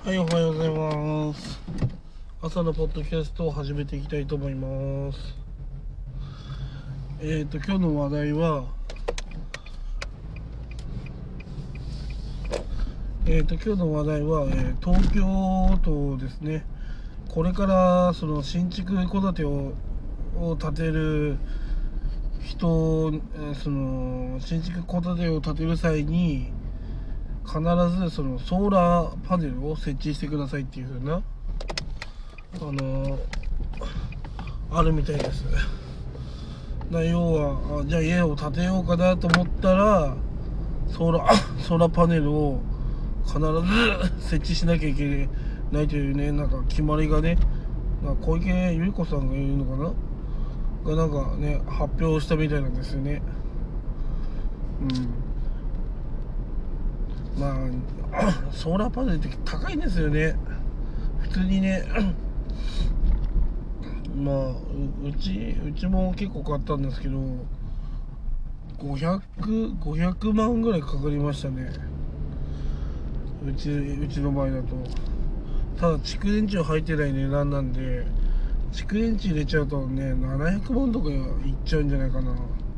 はい、おはようございます。朝のポッドキャストを始めていきたいと思います。今日の話題は、東京都ですね。これからその新築戸建てを建てる人、その新築戸建てを建てる際に必ずそのソーラーパネルを設置してくださいっていう風なあるみたいです。要はじゃあ家を建てようかなと思ったらソーラーパネルを必ず設置しなきゃいけないというね、なんか決まりがね、小池百合子さんがいるのかながなんかね発表したみたいなんですよね。ソーラーパネルって高いんですよね、普通にね。うちも結構買ったんですけど、500万ぐらいかかりましたね、うちの場合だと。ただ蓄電池は入ってない値段なんで、蓄電池入れちゃうとね700万とかいっちゃうんじゃないかな。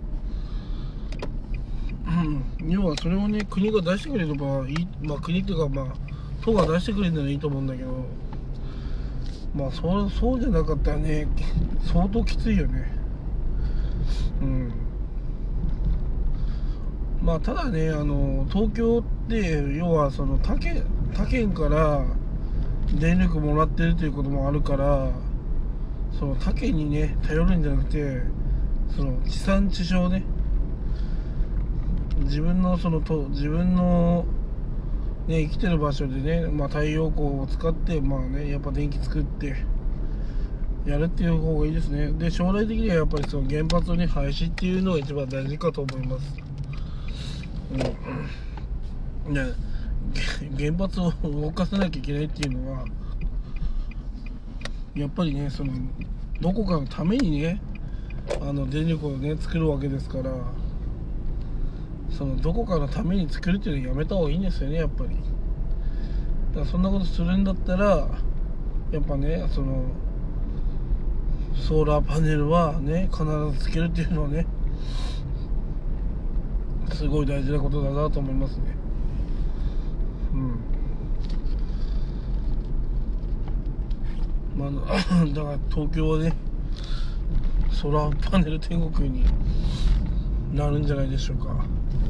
要はそれをね国が出してくれればいい、国っていうか都が出してくれるならいいと思うんだけど、そうじゃなかったらね相当きついよね。ただね、東京って要はその他県から電力もらってるということもあるから、その他県にね頼るんじゃなくて、その地産地消ね、自分のね生きてる場所でね、太陽光を使ってやっぱ電気作ってやるっていう方がいいですね。で将来的にはやっぱりその原発に廃止っていうのが一番大事かと思います。ね、原発を動かさなきゃいけないっていうのはやっぱりね、そのどこかのためにね電力をね作るわけですから、そのどこかのために作るっていうのはやめた方がいいんですよね、やっぱり。だからそんなことするんだったらやっぱね、そのソーラーパネルはね必ずつけるっていうのはね、すごい大事なことだなと思いますね。だから東京はねソーラーパネル天国になるんじゃないでしょうか。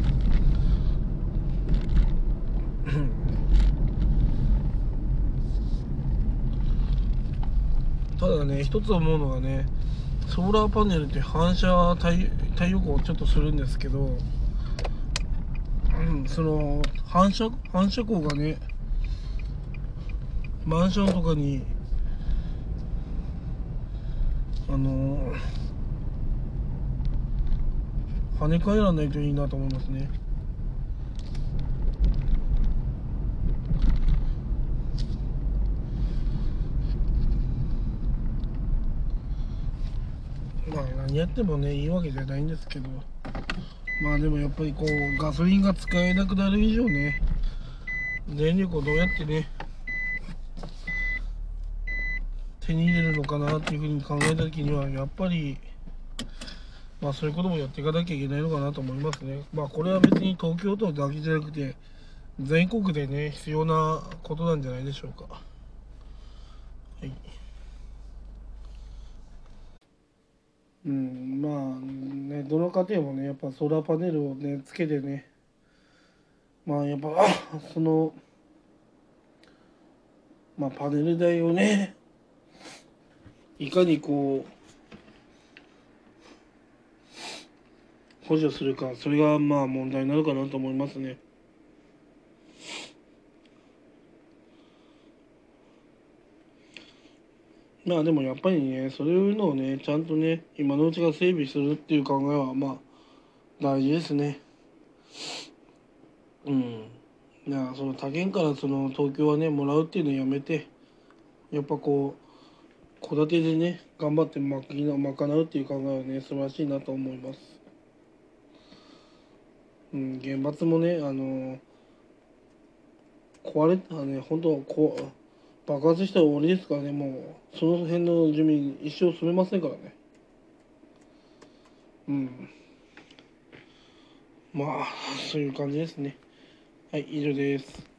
ただね、一つ思うのがね、ソーラーパネルって太陽光をちょっとするんですけど、その反射光がねマンションとかにあの跳ね返らないといいなと思いますね。何やってもねいいわけじゃないんですけど、でもやっぱりこうガソリンが使えなくなる以上ね、電力をどうやってね手に入れるのかなっていうふうに考えた時にはやっぱりそういうこともやっていかなきゃいけないのかなと思いますね。これは別に東京都だけじゃなくて全国でね必要なことなんじゃないでしょうか。はい。どの家庭もねやっぱソーラーパネルをねつけてね、やっぱそのパネル代をねいかにこう補助するか、それが問題なのかなと思いますね。でもやっぱりねそういうのをねちゃんとね今のうちが整備するっていう考えは大事ですね。その他県からその東京はねもらうっていうのをやめて、やっぱこう戸建てでね頑張って賄うっていう考えはね素晴らしいなと思います。原発もね壊れたらね、本当爆発したら終わりですからね、もうその辺の住民一生住めませんからね。うん、まあそういう感じですね。はい、以上です。